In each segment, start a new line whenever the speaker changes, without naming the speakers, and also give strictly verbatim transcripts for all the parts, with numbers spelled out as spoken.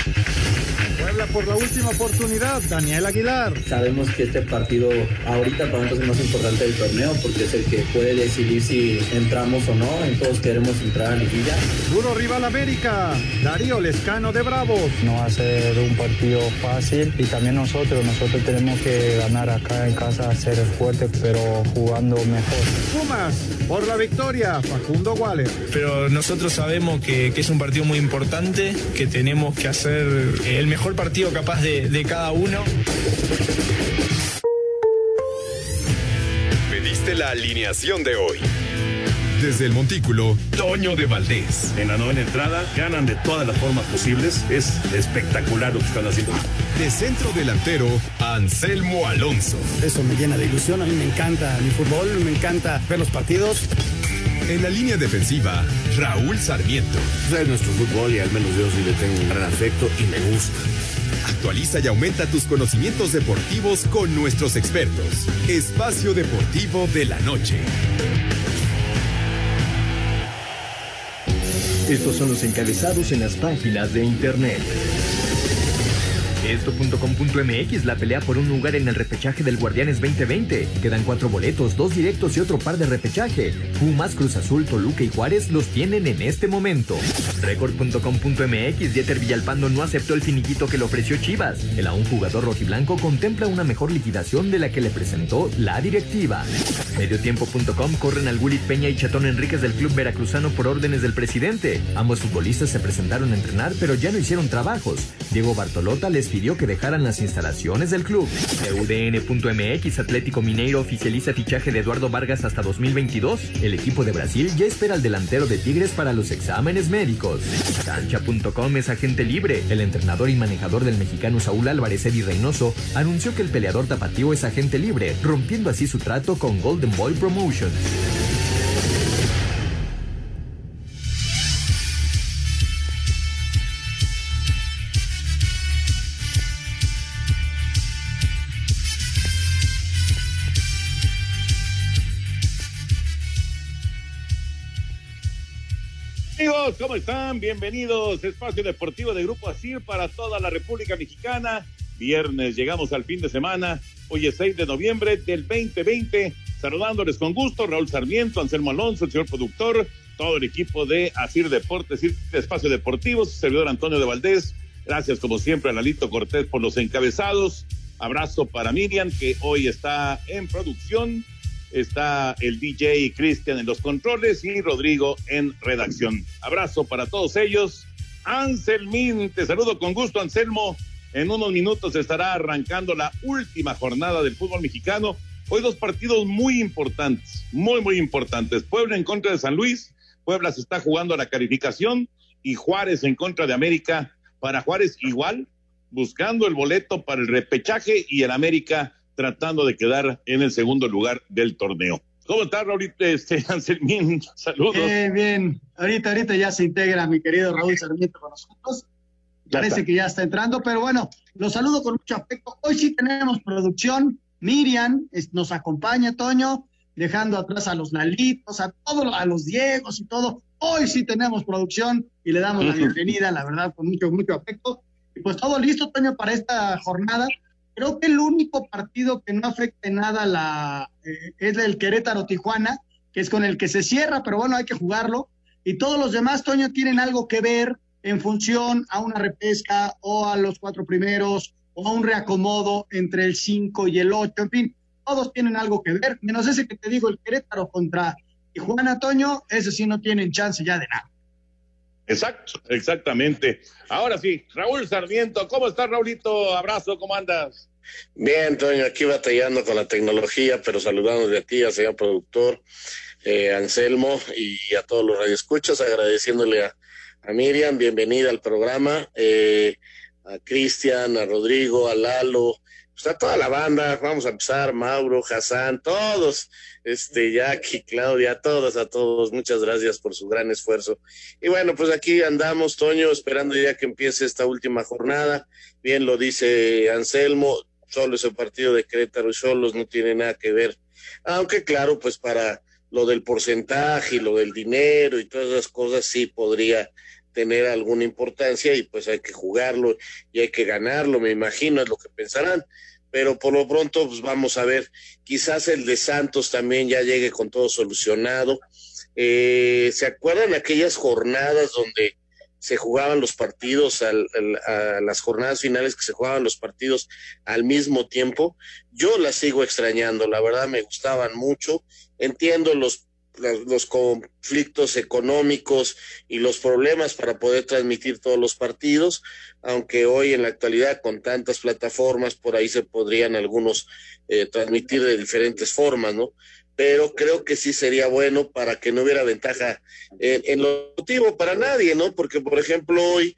Puebla por la última oportunidad, Daniel Aguilar.
Sabemos que este partido ahorita para nosotros es más importante del torneo porque es el que puede decidir si entramos o no. Todos queremos entrar a liguilla.
Duro rival América, Darío Lescano de Bravos.
No va a ser un partido fácil y también nosotros, nosotros tenemos que ganar acá en casa, ser fuertes pero jugando mejor.
Pumas por la victoria, Facundo Waller.
Pero nosotros sabemos que, que es un partido muy importante, que tenemos que hacer el mejor partido capaz de, de cada uno.
Pediste la alineación de hoy. Desde el Montículo, Toño de Valdés.
En la novena entrada, ganan de todas las formas posibles. Es espectacular lo que están haciendo.
De centro delantero, Anselmo Alonso.
Eso me llena de ilusión. A mí me encanta mi fútbol, me encanta ver los partidos.
En la línea defensiva, Raúl Sarmiento.
Es nuestro fútbol y al menos yo sí le tengo un gran afecto y me gusta.
Actualiza y aumenta tus conocimientos deportivos con nuestros expertos. Espacio Deportivo de la Noche.
Estos son los encabezados en las páginas de internet. Esto punto com punto m x, la pelea por un lugar en el repechaje del Guardianes veinte veinte. Quedan cuatro boletos, dos directos y otro par de repechaje. Pumas, Cruz Azul, Toluca y Juárez los tienen en este momento. Record punto com punto m x, Jeter Villalpando no aceptó el finiquito que le ofreció Chivas. El aún jugador rojiblanco contempla una mejor liquidación de la que le presentó la directiva. Mediotiempo punto com, corren al Willy Peña y Chetón Enríquez del club veracruzano por órdenes del presidente. Ambos futbolistas se presentaron a entrenar, pero ya no hicieron trabajos. Diego Bartolota les pidió que dejaran las instalaciones del club. U D N punto m x, Atlético Mineiro oficializa fichaje de Eduardo Vargas hasta dos mil veintidós. El equipo de Brasil ya espera al delantero de Tigres para los exámenes médicos. Cancha punto com es agente libre. El entrenador y manejador del mexicano Saúl Álvarez, Eddie Reynoso, anunció que el peleador tapatío es agente libre, rompiendo así su trato con Golden Boy Promotions.
Amigos, ¿cómo están? Bienvenidos. Espacio Deportivo de Grupo ASIR para toda la República Mexicana. Viernes, llegamos al fin de semana. Hoy es seis de noviembre del veinte veinte. Saludándoles con gusto, Raúl Sarmiento, Anselmo Alonso, el señor productor, todo el equipo de ASIR Deportes, Espacio Deportivo, su servidor Antonio de Valdés. Gracias, como siempre, a Lalito Cortés por los encabezados. Abrazo para Miriam, que hoy está en producción. Está el D J Cristian en los controles y Rodrigo en redacción. Abrazo para todos ellos. Anselmín, te saludo con gusto, Anselmo. En unos minutos estará arrancando la última jornada del fútbol mexicano. Hoy dos partidos muy importantes, muy, muy importantes. Puebla en contra de San Luis. Puebla se está jugando a la calificación y Juárez en contra de América. Para Juárez igual, buscando el boleto para el repechaje y el América tratando de quedar en el segundo lugar del torneo. ¿Cómo estás, Raúl? Este, Anselmín, saludos.
Bien, bien. Ahorita, ahorita ya se integra mi querido Raúl Sarmiento con nosotros. Ya Parece está. que ya está entrando, pero bueno, los saludo con mucho afecto. Hoy sí tenemos producción. Miriam es, nos acompaña, Toño, dejando atrás a los Lalitos, a todos, a los Diegos y todo. Hoy sí tenemos producción y le damos la bienvenida, la verdad, con mucho, mucho afecto. Y pues todo listo, Toño, para esta jornada. Creo que el único partido que no afecte nada la, eh, es el Querétaro-Tijuana, que es con el que se cierra, pero bueno, hay que jugarlo. Y todos los demás, Toño, tienen algo que ver en función a una repesca o a los cuatro primeros o a un reacomodo entre el cinco y el ocho. En fin, todos tienen algo que ver, menos ese que te digo, el Querétaro contra Tijuana, Toño, ese sí no tienen chance ya de nada.
Exacto, exactamente. Ahora sí, Raúl Sarmiento, ¿cómo estás, Raulito? Abrazo, ¿cómo andas?
Bien, Toño, aquí batallando con la tecnología, pero saludándoles a ti, al señor productor, eh, Anselmo, y a todos los radioescuchas, agradeciéndole a, a Miriam, bienvenida al programa, eh, a Cristian, a Rodrigo, a Lalo, pues a toda la banda, vamos a empezar, Mauro, Hassan, todos, este, Jackie, Claudia, a todos, a todos, muchas gracias por su gran esfuerzo. Y bueno, pues aquí andamos, Toño, esperando ya que empiece esta última jornada, bien lo dice Anselmo, solo ese partido de Querétaro y Xolos no tiene nada que ver, aunque claro, pues para lo del porcentaje y lo del dinero y todas esas cosas sí podría tener alguna importancia y pues hay que jugarlo y hay que ganarlo, me imagino, es lo que pensarán, pero por lo pronto pues vamos a ver, quizás el de Santos también ya llegue con todo solucionado. Eh, ¿se acuerdan aquellas jornadas donde se jugaban los partidos, al, al, a las jornadas finales que se jugaban los partidos al mismo tiempo? Yo las sigo extrañando, la verdad me gustaban mucho, entiendo los los conflictos económicos y los problemas para poder transmitir todos los partidos, aunque hoy en la actualidad con tantas plataformas por ahí se podrían algunos eh, transmitir de diferentes formas, ¿no? Pero creo que sí sería bueno para que no hubiera ventaja en, en lo deportivo para nadie, ¿no? Porque, por ejemplo, hoy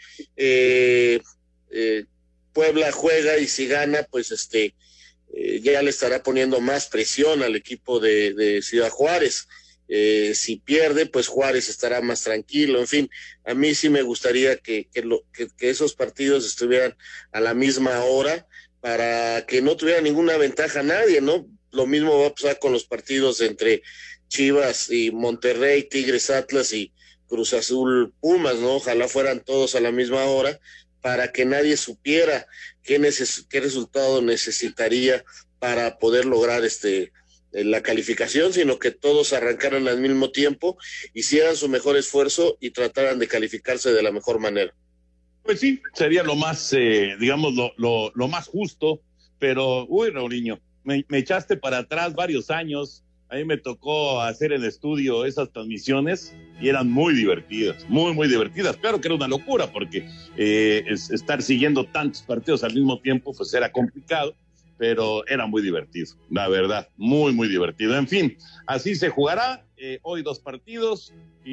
eh, eh, Puebla juega y si gana, pues este eh, ya le estará poniendo más presión al equipo de, de Ciudad Juárez. Eh, si pierde, pues Juárez estará más tranquilo. En fin, a mí sí me gustaría que, que, lo, que, que esos partidos estuvieran a la misma hora para que no tuviera ninguna ventaja nadie, ¿no? Lo mismo va a pasar con los partidos entre Chivas y Monterrey, Tigres, Atlas y Cruz Azul, Pumas, ¿no? Ojalá fueran todos a la misma hora para que nadie supiera qué, neces- qué resultado necesitaría para poder lograr este la calificación, sino que todos arrancaran al mismo tiempo, hicieran su mejor esfuerzo y trataran de calificarse de la mejor manera.
Pues sí, sería lo más, eh, digamos, lo, lo, lo más justo, pero, uy, Raulinho, me, me echaste para atrás varios años, a mí me tocó hacer en estudio esas transmisiones y eran muy divertidas, muy, muy divertidas. Claro que era una locura, porque eh, es, estar siguiendo tantos partidos al mismo tiempo, pues era complicado, pero era muy divertido, la verdad, muy, muy divertido. En fin, así se jugará, eh, hoy dos partidos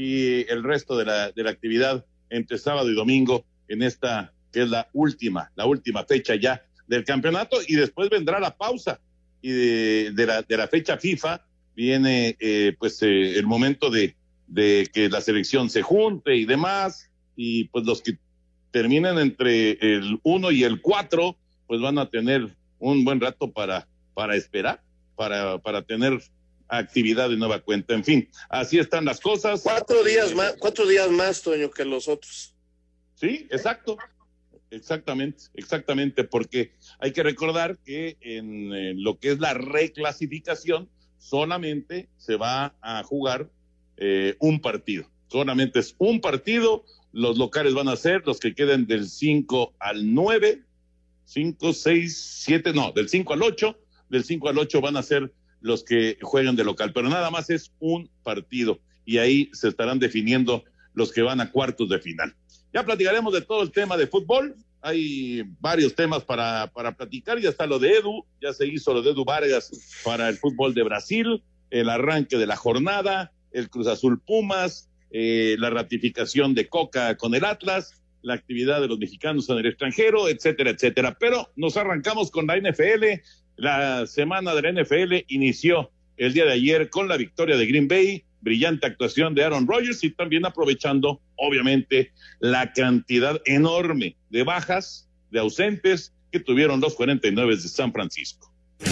y el resto de la, de la actividad entre sábado y domingo en esta, que es la última, la última fecha ya del campeonato, y después vendrá la pausa, y de, de, la, de la fecha FIFA viene eh, pues eh, el momento de, de que la selección se junte y demás, y pues los que terminen entre el uno y el cuatro, pues van a tener un buen rato para, para esperar, para, para tener actividad de nueva cuenta. En fin, así están las cosas.
Cuatro días más, cuatro días más, Toño, que los otros.
Sí, exacto. Exactamente, exactamente, porque hay que recordar que en, en lo que es la reclasificación solamente se va a jugar eh, un partido. Solamente es un partido. Los locales van a ser los que queden del cinco al nueve. cinco, seis, siete, no, del cinco al ocho, del cinco al ocho van a ser los que jueguen de local, pero nada más es un partido y ahí se estarán definiendo los que van a cuartos de final. Ya platicaremos de todo el tema de fútbol, hay varios temas para, para platicar, ya está lo de Edu, ya se hizo lo de Edu Vargas para el fútbol de Brasil, el arranque de la jornada, el Cruz Azul Pumas, eh, la ratificación de Coca con el Atlas, la actividad de los mexicanos en el extranjero, etcétera, etcétera. Pero nos arrancamos con la N F L. La semana de la N F L inició el día de ayer con la victoria de Green Bay, brillante actuación de Aaron Rodgers y también aprovechando, obviamente, la cantidad enorme de bajas, de ausentes que tuvieron los cuarenta y nueve de San Francisco.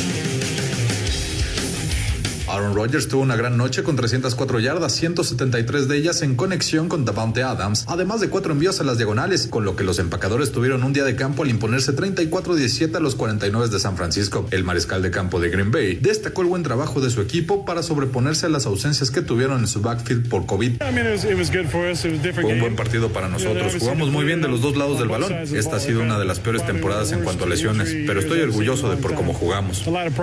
Aaron Rodgers tuvo una gran noche con trescientas cuatro yardas, ciento setenta y tres de ellas en conexión con Davante Adams, además de cuatro envíos a las diagonales, con lo que los empacadores tuvieron un día de campo al imponerse treinta y cuatro a diecisiete a los cuarenta y nueve de San Francisco. El mariscal de campo de Green Bay destacó el buen trabajo de su equipo para sobreponerse a las ausencias que tuvieron en su backfield por COVID. Fue un buen partido para nosotros, jugamos muy bien de los dos lados del balón. Esta ha sido una de las peores temporadas en cuanto a lesiones, pero estoy orgulloso de por cómo jugamos.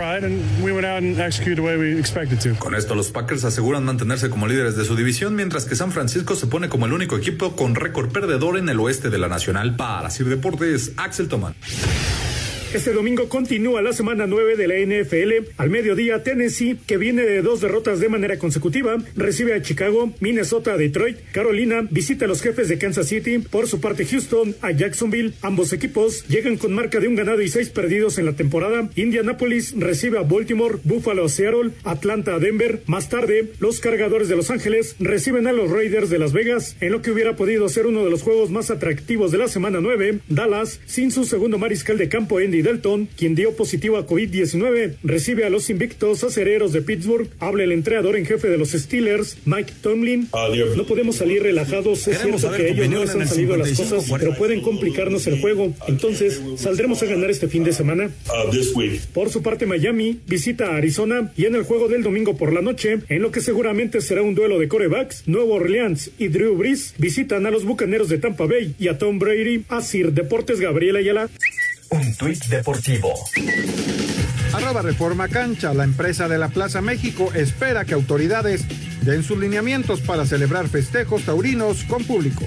Con esto los Packers aseguran mantenerse como líderes de su división, mientras que San Francisco se pone como el único equipo con récord perdedor en el oeste de la Nacional. Para Sir Deportes, Axel Tomán.
Este domingo continúa la semana nueve de la N F L. Al mediodía, Tennessee, que viene de dos derrotas de manera consecutiva, recibe a Chicago, Minnesota a Detroit, Carolina visita a los Jefes de Kansas City, por su parte Houston a Jacksonville. Ambos equipos llegan con marca de un ganado y seis perdidos en la temporada. Indianapolis recibe a Baltimore, Buffalo a Seattle, Atlanta a Denver. Más tarde, los Cargadores de Los Ángeles reciben a los Raiders de Las Vegas, en lo que hubiera podido ser uno de los juegos más atractivos de la semana nueve. Dallas, sin su segundo mariscal de campo Andy Andy Dalton, quien dio positivo a COVID diecinueve, recibe a los invictos acereros de Pittsburgh. Habla el entrenador en jefe de los Steelers, Mike Tomlin. No podemos salir relajados, es cierto que ellos no les han salido las cosas, pero pueden complicarnos el juego. Entonces, ¿saldremos a ganar este fin de semana? Por su parte, Miami visita a Arizona y en el juego del domingo por la noche, en lo que seguramente será un duelo de quarterbacks, Nueva Orleans y Drew Brees visitan a los Bucaneros de Tampa Bay y a Tom Brady. Asir Deportes, Gabriela Ayala.
Un tuit deportivo.
Arroba Reforma Cancha, la empresa de la Plaza México espera que autoridades den sus lineamientos para celebrar festejos taurinos con público.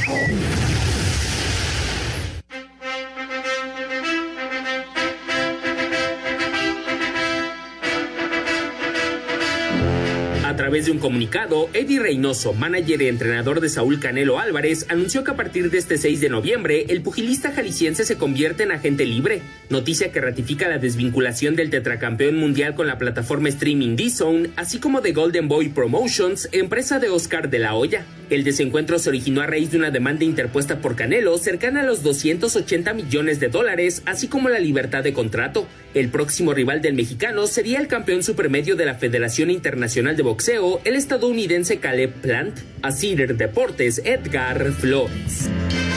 A través de un comunicado, Eddie Reynoso, manager y entrenador de Saúl Canelo Álvarez, anunció que a partir de este seis de noviembre, el pugilista jalisciense se convierte en agente libre, noticia que ratifica la desvinculación del tetracampeón mundial con la plataforma streaming DAZN, así como de Golden Boy Promotions, empresa de Oscar de la Hoya. El desencuentro se originó a raíz de una demanda interpuesta por Canelo cercana a los doscientos ochenta millones de dólares, así como la libertad de contrato. El próximo rival del mexicano sería el campeón supermedio de la Federación Internacional de Boxeo, el estadounidense Caleb Plant. Asir Deportes, Edgar Flores.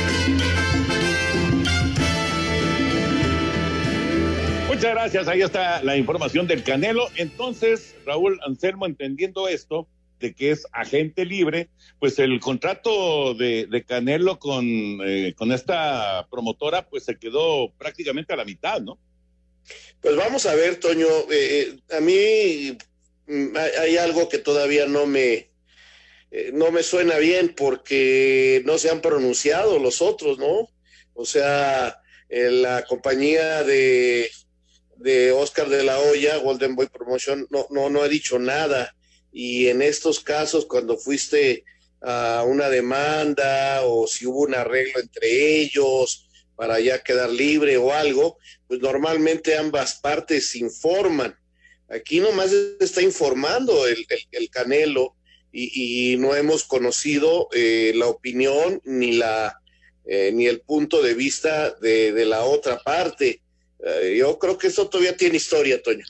Muchas gracias, ahí está la información del Canelo. Entonces, Raúl Anselmo, entendiendo esto, de que es agente libre, pues el contrato de, de Canelo con, eh, con esta promotora, pues se quedó prácticamente a la mitad, ¿no?
Pues vamos a ver, Toño, eh, a mí hay, hay algo que todavía no me, eh, no me suena bien porque no se han pronunciado los otros, ¿no? O sea, eh, la compañía de, de Oscar de la Hoya, Golden Boy Promotion, no, no, no ha dicho nada. Y en estos casos, cuando fuiste a una demanda o si hubo un arreglo entre ellos para ya quedar libre o algo, pues normalmente ambas partes informan. Aquí nomás está informando el, el, el Canelo y, y no hemos conocido eh, la opinión ni la eh, ni el punto de vista de, de la otra parte. Eh, yo creo que esto todavía tiene historia, Toño.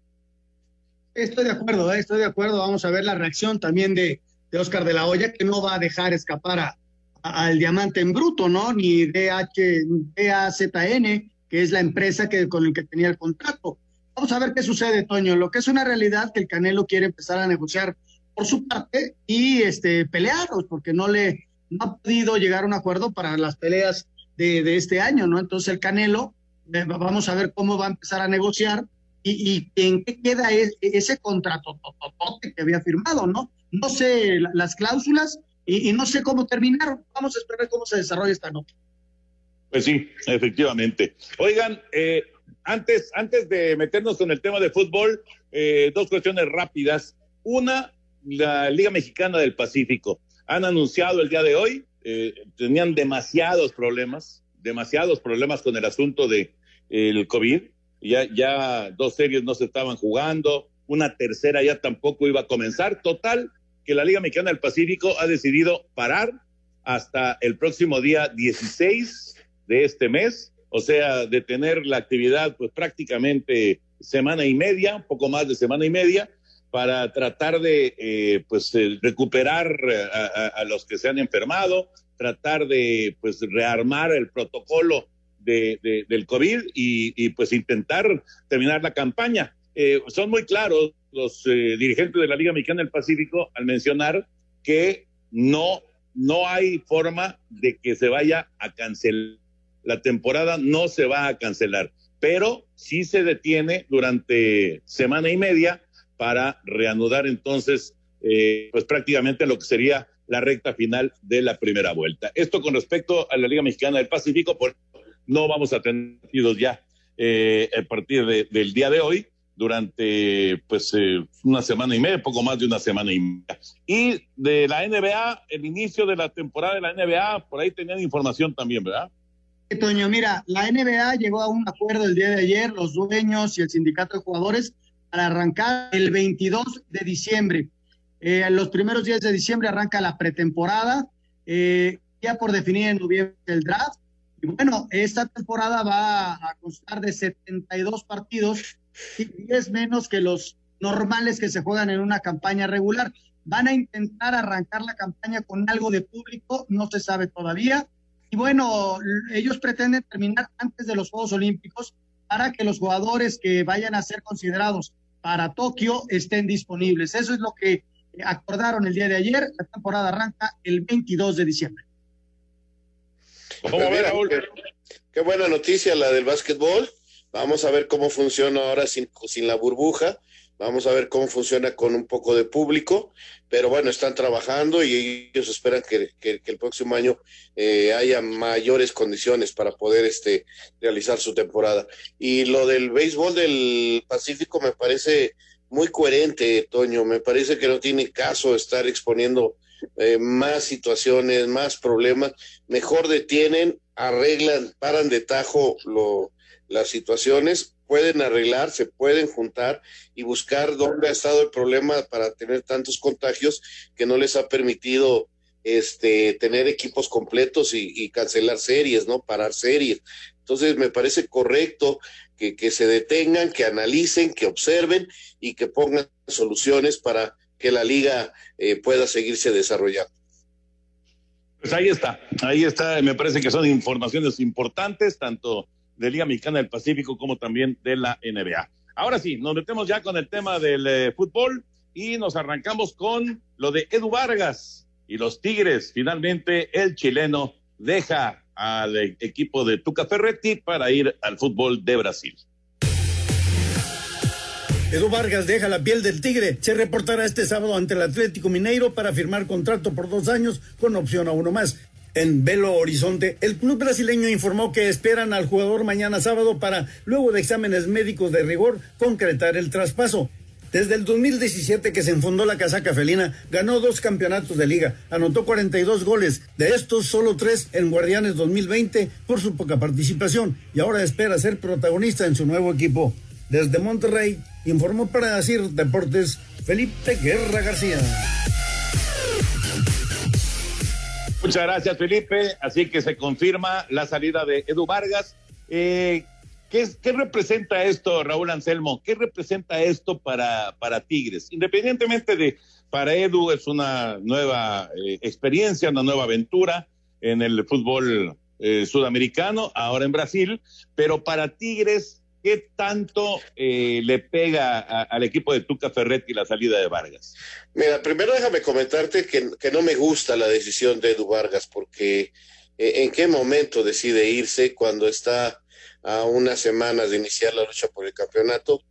Estoy de acuerdo, ¿eh? estoy de acuerdo. Vamos a ver la reacción también de, de Oscar de la Hoya, que no va a dejar escapar a, a, al diamante en bruto, ¿no? Ni D H, D A Z N, que es la empresa que, con el que tenía el contrato. Vamos a ver qué sucede, Toño. Lo que es una realidad que el Canelo quiere empezar a negociar por su parte y este, pelearos, porque no le no ha podido llegar a un acuerdo para las peleas de, de este año, ¿no? Entonces el Canelo, eh, vamos a ver cómo va a empezar a negociar. Y, y en qué queda es, ese contrato que había firmado, ¿no? No sé la, las cláusulas y, y no sé cómo terminaron. Vamos a esperar cómo se desarrolla esta nota.
Pues sí, efectivamente. Oigan, eh, antes, antes de meternos con el tema de fútbol, eh, dos cuestiones rápidas. Una, la Liga Mexicana del Pacífico. Han anunciado el día de hoy, eh, tenían demasiados problemas, demasiados problemas con el asunto de el COVID. Ya, ya dos series no se estaban jugando, una tercera ya tampoco iba a comenzar. Total, que la Liga Mexicana del Pacífico ha decidido parar hasta el próximo día dieciséis de este mes, o sea, detener la actividad pues prácticamente semana y media, poco más de semana y media, para tratar de eh, pues eh, recuperar a, a, a los que se han enfermado, tratar de pues rearmar el protocolo De, de, del COVID y, y pues intentar terminar la campaña. Eh, son muy claros los eh, dirigentes de la Liga Mexicana del Pacífico al mencionar que no, no hay forma de que se vaya a cancelar. La temporada no se va a cancelar, pero sí se detiene durante semana y media para reanudar entonces eh, pues prácticamente lo que sería la recta final de la primera vuelta. Esto con respecto a la Liga Mexicana del Pacífico, por no vamos a tener partidos ya eh, a partir de, del día de hoy, durante pues eh, una semana y media, poco más de una semana y media. Y de la N B A, el inicio de la temporada de la N B A, por ahí tenían información también, ¿verdad?
Sí, Toño, mira, la N B A llegó a un acuerdo el día de ayer, los dueños y el sindicato de jugadores, para arrancar el veintidós de diciembre. Eh, los primeros días de diciembre arranca la pretemporada, eh, ya por definir en noviembre el draft. Y bueno, esta temporada va a constar de setenta y dos partidos y diez menos que los normales que se juegan en una campaña regular. Van a intentar arrancar la campaña con algo de público, no se sabe todavía. Y bueno, ellos pretenden terminar antes de los Juegos Olímpicos para que los jugadores que vayan a ser considerados para Tokio estén disponibles. Eso es lo que acordaron el día de ayer. La temporada arranca el veintidós de diciembre.
Pues mira, qué, qué buena noticia la del básquetbol. Vamos a ver cómo funciona ahora sin, sin la burbuja. Vamos a ver cómo funciona con un poco de público, pero bueno, están trabajando y ellos esperan que, que, que el próximo año eh, haya mayores condiciones para poder este, realizar su temporada. Y lo del béisbol del Pacífico me parece muy coherente, Toño. Me parece que no tiene caso estar exponiendo eh, más situaciones, más problemas. Mejor detienen, arreglan, paran de tajo lo, las situaciones. Pueden arreglar, se pueden juntar y buscar dónde ha estado el problema para tener tantos contagios que no les ha permitido este, tener equipos completos y, y cancelar series, ¿no? Parar series. Entonces me parece correcto que, que se detengan, que analicen, que observen y que pongan soluciones para que la liga eh, pueda seguirse desarrollando.
Pues ahí está, ahí está, me parece que son informaciones importantes, tanto de Liga Mexicana del Pacífico como también de la N B A. Ahora sí, nos metemos ya con el tema del eh, fútbol y nos arrancamos con lo de Edu Vargas y los Tigres. Finalmente el chileno deja al eh, equipo de Tuca Ferretti para ir al fútbol de Brasil.
Edu Vargas deja la piel del Tigre. Se reportará este sábado ante el Atlético Mineiro para firmar contrato por dos años con opción a uno más. En Belo Horizonte, el club brasileño informó que esperan al jugador mañana sábado para, luego de exámenes médicos de rigor, concretar el traspaso. Desde el dos mil diecisiete que se enfundó la casaca felina, ganó dos campeonatos de liga, anotó cuarenta y dos goles, de estos solo tres en Guardianes dos mil veinte por su poca participación, y ahora espera ser protagonista en su nuevo equipo. Desde Monterrey, informó para Asir Deportes Felipe Guerra García.
Muchas gracias, Felipe. Así que se confirma la salida de Edu Vargas. Eh, ¿qué, ¿Qué representa esto, Raúl Anselmo? ¿Qué representa esto para, para Tigres? Independientemente de, para Edu es una nueva eh, experiencia, una nueva aventura en el fútbol eh, sudamericano, ahora en Brasil, pero para Tigres, ¿qué tanto eh, le pega a, al equipo de Tuca Ferretti la salida de Vargas?
Mira, primero déjame comentarte que, que no me gusta la decisión de Edu Vargas, porque eh, en qué momento decide irse cuando está a unas semanas de iniciar la lucha por el campeonato.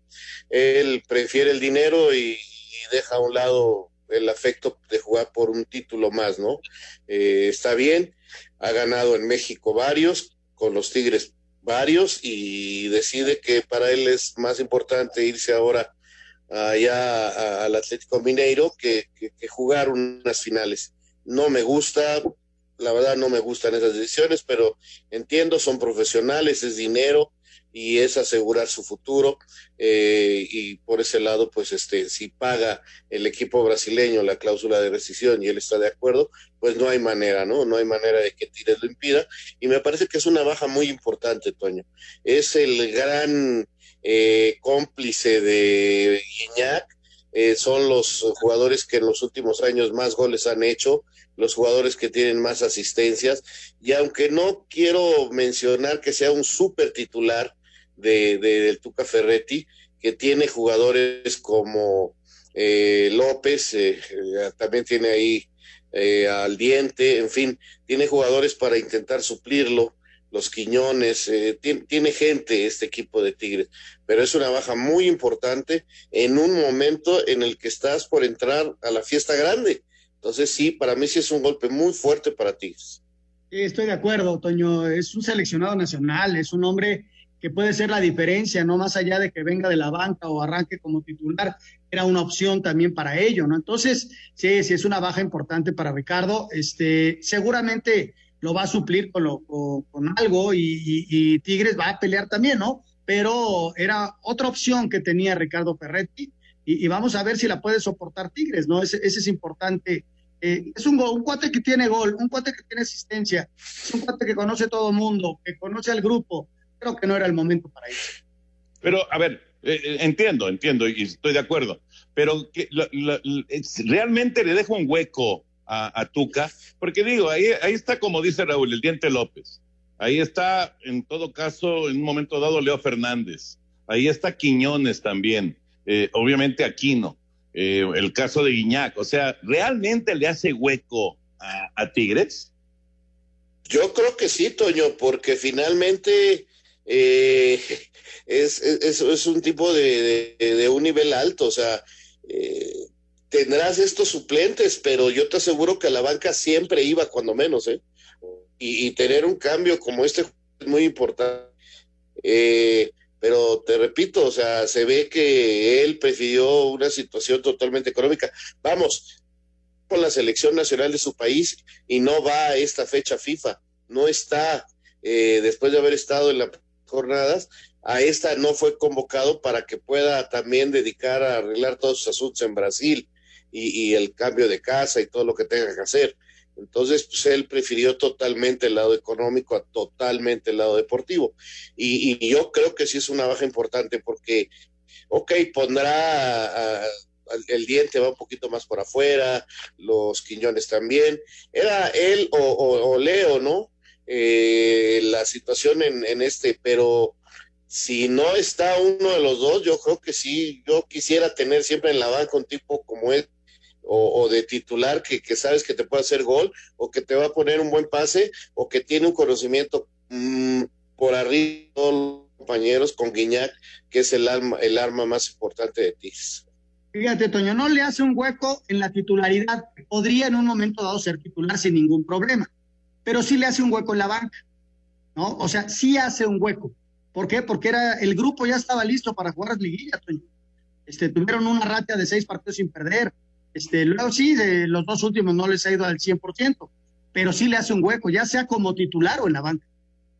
Él prefiere el dinero y, y deja a un lado el afecto de jugar por un título más, ¿no? Eh, está bien, ha ganado en México varios, con los Tigres varios, y decide que para él es más importante irse ahora allá a, al Atlético Mineiro que, que, que jugar unas finales. No me gusta, la verdad no me gustan esas decisiones, pero entiendo, son profesionales, es dinero y es asegurar su futuro, eh, y por ese lado, pues este, si paga el equipo brasileño la cláusula de rescisión y él está de acuerdo, pues no hay manera, ¿no? No hay manera de que Tigres lo impida, y me parece que es una baja muy importante, Toño. Es el gran eh, cómplice de Gignac, eh, son los jugadores que en los últimos años más goles han hecho, los jugadores que tienen más asistencias, y aunque no quiero mencionar que sea un súper titular de, de, del Tuca Ferretti, que tiene jugadores como eh, López, eh, también tiene ahí eh, al Diente, en fin, tiene jugadores para intentar suplirlo, los Quiñones, eh, tiene, tiene gente este equipo de Tigres, pero es una baja muy importante en un momento en el que estás por entrar a la fiesta grande. Entonces sí, para mí sí es un golpe muy fuerte para Tigres.
Estoy de acuerdo, Toño, es un seleccionado nacional, es un hombre que puede ser la diferencia, no más allá de que venga de la banca o arranque como titular, era una opción también para ello, ¿no? Entonces, sí, sí es una baja importante para Ricardo, este, seguramente lo va a suplir con, lo, con, con algo y, y, y Tigres va a pelear también, ¿no? Pero era otra opción que tenía Ricardo Ferretti y, y vamos a ver si la puede soportar Tigres, ¿no? Ese, ese es importante Eh, es un, un cuate que tiene gol, un cuate que tiene asistencia, es un cuate que conoce todo el mundo, que conoce al grupo. Creo que no era el momento para eso.
Pero, a ver, eh, entiendo, entiendo y estoy de acuerdo, pero que, lo, lo, realmente le dejo un hueco a, a Tuca, porque digo, ahí, ahí está, como dice Raúl, el Diente López, ahí está, en todo caso, en un momento dado, Leo Fernández, ahí está Quiñones también, eh, obviamente Aquino. Eh, el caso de Guiñac, o sea, ¿realmente le hace hueco a, a Tigres?
Yo creo que sí, Toño, porque finalmente eh, es, es, es un tipo de, de, de un nivel alto, o sea, eh, tendrás estos suplentes, pero yo te aseguro que a la banca siempre iba cuando menos, ¿eh? Y, y tener un cambio como este es muy importante. Eh, Pero te repito, o sea, se ve que él prefirió una situación totalmente económica. Vamos, con la selección nacional de su país y no va a esta fecha FIFA. No está, eh, después de haber estado en las jornadas, a esta no fue convocado para que pueda también dedicar a arreglar todos sus asuntos en Brasil y, y el cambio de casa y todo lo que tenga que hacer. Entonces, pues él prefirió totalmente el lado económico a totalmente el lado deportivo. Y, y yo creo que sí es una baja importante porque, ok, pondrá a, a, el Diente va un poquito más por afuera, los Quiñones también. Era él o, o, o Leo, ¿no? Eh, la situación en, en este, pero si no está uno de los dos, yo creo que sí, yo quisiera tener siempre en la banca un tipo como él, O, o de titular que, que sabes que te puede hacer gol o que te va a poner un buen pase o que tiene un conocimiento mmm, por arriba de todos los compañeros con Guiñac, que es el arma, el arma más importante de Tigres.
Fíjate, Toño, no le hace un hueco en la titularidad. Podría en un momento dado ser titular sin ningún problema, pero sí le hace un hueco en la banca, ¿no? O sea, sí hace un hueco. ¿Por qué? Porque era, el grupo ya estaba listo para jugar liguilla, Toño. Este, tuvieron una racha de seis partidos sin perder. Este, luego sí, de los dos últimos no les ha ido al cien por ciento, pero sí le hace un hueco, ya sea como titular o en la banca.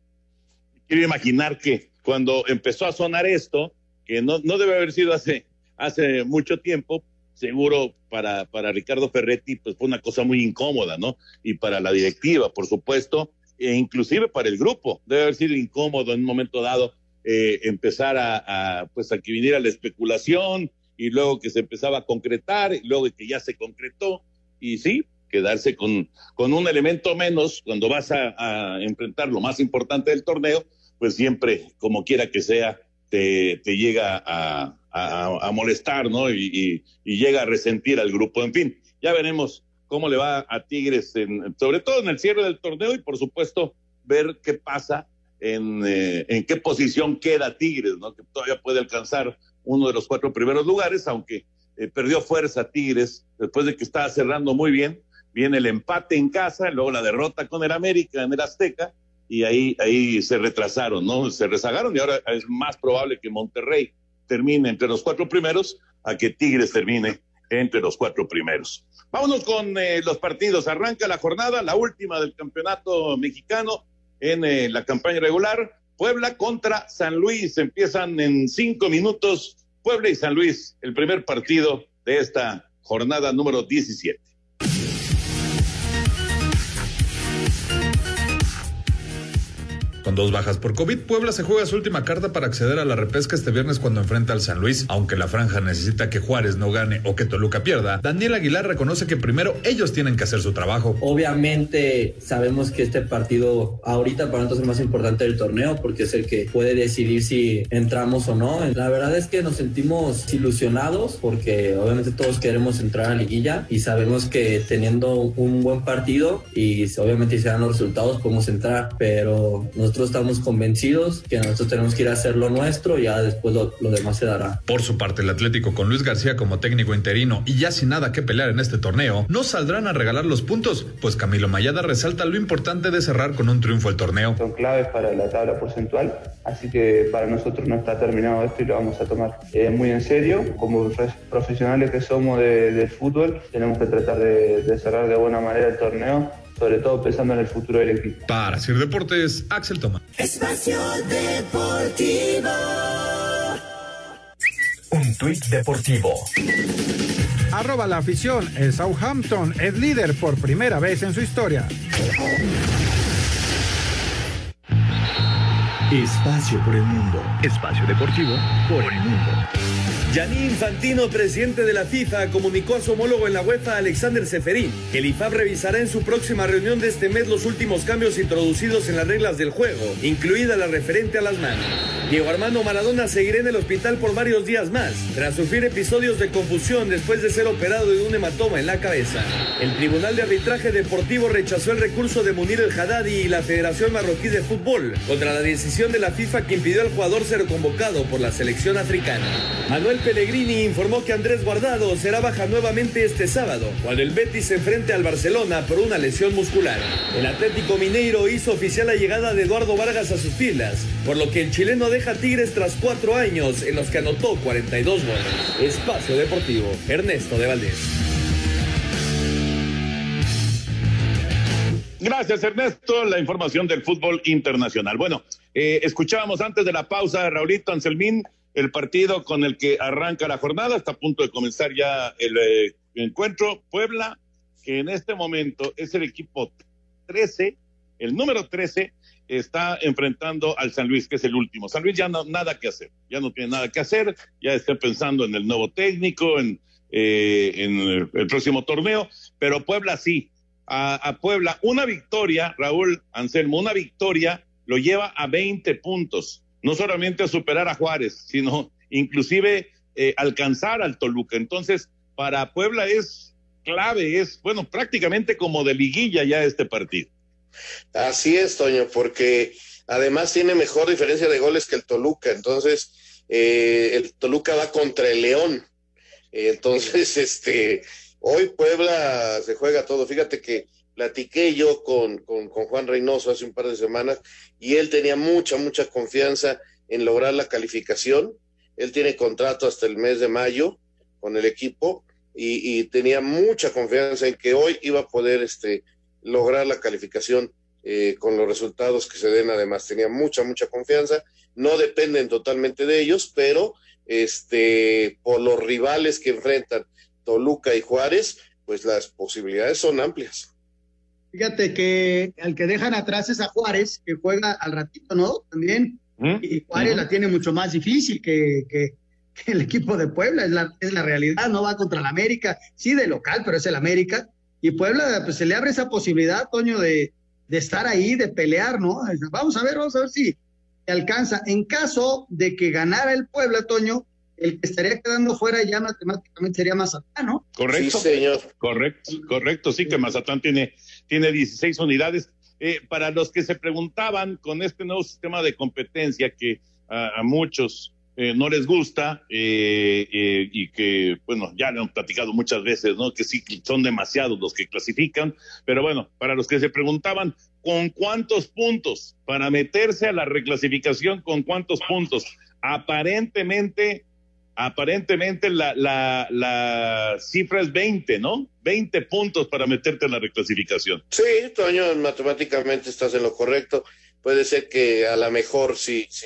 Quiero imaginar que cuando empezó a sonar esto, que no, no debe haber sido hace, hace mucho tiempo, seguro para, para Ricardo Ferretti, pues fue una cosa muy incómoda, ¿no? Y para la directiva, por supuesto, e inclusive para el grupo, debe haber sido incómodo en un momento dado eh, empezar a, a, pues a que viniera la especulación, y luego que se empezaba a concretar, y luego que ya se concretó, y sí, quedarse con, con un elemento menos cuando vas a, a enfrentar lo más importante del torneo, pues siempre, como quiera que sea, te, te llega a, a, a molestar, ¿no? Y, y, y llega a resentir al grupo. En fin, ya veremos cómo le va a Tigres, en, sobre todo en el cierre del torneo, y por supuesto, ver qué pasa, en, eh, en qué posición queda Tigres, ¿no? Que todavía puede alcanzar uno de los cuatro primeros lugares, aunque eh, perdió fuerza Tigres después de que estaba cerrando muy bien. Viene el empate en casa, luego la derrota con el América en el Azteca, y ahí, ahí se retrasaron, ¿no? Se rezagaron, y ahora es más probable que Monterrey termine entre los cuatro primeros a que Tigres termine entre los cuatro primeros. Vámonos con eh, los partidos. Arranca la jornada, la última del campeonato mexicano en eh, la campaña regular. Puebla contra San Luis, empiezan en cinco minutos, Puebla y San Luis, el primer partido de esta jornada número diecisiete.
Con dos bajas por COVID, Puebla se juega su última carta para acceder a la repesca este viernes cuando enfrenta al San Luis. Aunque la franja necesita que Juárez no gane o que Toluca pierda, Daniel Aguilar reconoce que primero ellos tienen que hacer su trabajo.
Obviamente sabemos que este partido ahorita para nosotros es el más importante del torneo porque es el que puede decidir si entramos o no. La verdad es que nos sentimos ilusionados porque obviamente todos queremos entrar a liguilla y sabemos que teniendo un buen partido y obviamente si se dan los resultados podemos entrar, pero nosotros estamos convencidos que nosotros tenemos que ir a hacer lo nuestro y ya después lo, lo demás se dará.
Por su parte, el Atlético, con Luis García como técnico interino y ya sin nada que pelear en este torneo, no saldrán a regalar los puntos, pues Camilo Mayada resalta lo importante de cerrar con un triunfo el torneo.
Son claves para la tabla porcentual, así que para nosotros no está terminado esto y lo vamos a tomar eh, muy en serio. Como profesionales que somos de, del fútbol, tenemos que tratar de, de cerrar de buena manera el torneo, sobre todo pensando en el futuro del equipo.
Para Sir Deportes, Axel Toma.
Espacio Deportivo.
un tuit deportivo.
Arroba la afición, el Southampton es líder por primera vez en su historia.
Espacio por el mundo. Espacio deportivo por el mundo.
Gianni Infantino, presidente de la FIFA, comunicó a su homólogo en la UEFA, Alexander Ceferín, que el I F A B revisará en su próxima reunión de este mes los últimos cambios introducidos en las reglas del juego, incluida la referente a las manos. Diego Armando Maradona seguirá en el hospital por varios días más, tras sufrir episodios de confusión después de ser operado de un hematoma en la cabeza. El Tribunal de Arbitraje Deportivo rechazó el recurso de Munir El Haddadi y la Federación Marroquí de Fútbol contra la decisión de la FIFA que impidió al jugador ser convocado por la selección africana. Manuel Pellegrini informó que Andrés Guardado será baja nuevamente este sábado, cuando el Betis se enfrente al Barcelona por una lesión muscular. El Atlético Mineiro hizo oficial la llegada de Eduardo Vargas a sus filas, por lo que el chileno deja Tigres tras cuatro años en los que anotó cuarenta y dos goles. Espacio Deportivo, Ernesto de Valdés.
Gracias, Ernesto. La información del fútbol internacional. Bueno, eh, escuchábamos antes de la pausa a Raulito Anselmín, el partido con el que arranca la jornada. Está a punto de comenzar ya el eh, encuentro. Puebla, que en este momento es el equipo trece, el número trece, está enfrentando al San Luis, que es el último. San Luis ya no nada que hacer, ya no tiene nada que hacer, ya está pensando en el nuevo técnico, en, eh, en el, el próximo torneo, pero Puebla sí. A, a Puebla, una victoria, Raúl Anselmo, una victoria lo lleva a veinte puntos. No solamente a superar a Juárez, sino inclusive eh, alcanzar al Toluca. Entonces, para Puebla es clave, es, bueno, prácticamente como de liguilla ya este partido.
Así es, Toño, porque además tiene mejor diferencia de goles que el Toluca. Entonces, eh, el Toluca va contra el León. Eh, entonces, este, hoy Puebla se juega todo. Fíjate que platiqué yo con, con, con Juan Reynoso hace un par de semanas y él tenía mucha, mucha confianza en lograr la calificación. Él tiene contrato hasta el mes de mayo con el equipo y, y tenía mucha confianza en que hoy iba a poder este, lograr la calificación eh, con los resultados que se den. Además, tenía mucha, mucha confianza. No dependen totalmente de ellos, pero este, por los rivales que enfrentan Toluca y Juárez, pues las posibilidades son amplias.
Fíjate que al que dejan atrás es a Juárez, que juega al ratito, ¿no? También. ¿Mm? Y Juárez ¿Mm? la tiene mucho más difícil que, que, que el equipo de Puebla, es la, es la realidad, no va contra el América, sí de local, pero es el América. Y Puebla, pues se le abre esa posibilidad, Toño, de, de estar ahí, de pelear, ¿no? Vamos a ver, vamos a ver si alcanza. En caso de que ganara el Puebla, Toño, el que estaría quedando fuera ya matemáticamente sería Mazatlán, ¿no?
Correcto. Sí, señor. Correcto, correcto, sí que Mazatlán tiene, tiene dieciséis unidades. Eh, para los que se preguntaban con este nuevo sistema de competencia que a, a muchos eh, no les gusta eh, eh, y que, bueno, ya lo han platicado muchas veces, ¿no? Que sí, son demasiados los que clasifican, pero bueno, para los que se preguntaban con cuántos puntos para meterse a la reclasificación, con cuántos puntos, aparentemente... Aparentemente la, la, la cifra es veinte, ¿no? veinte puntos para meterte en la reclasificación.
Sí, Toño, matemáticamente estás en lo correcto. Puede ser que a lo mejor si, si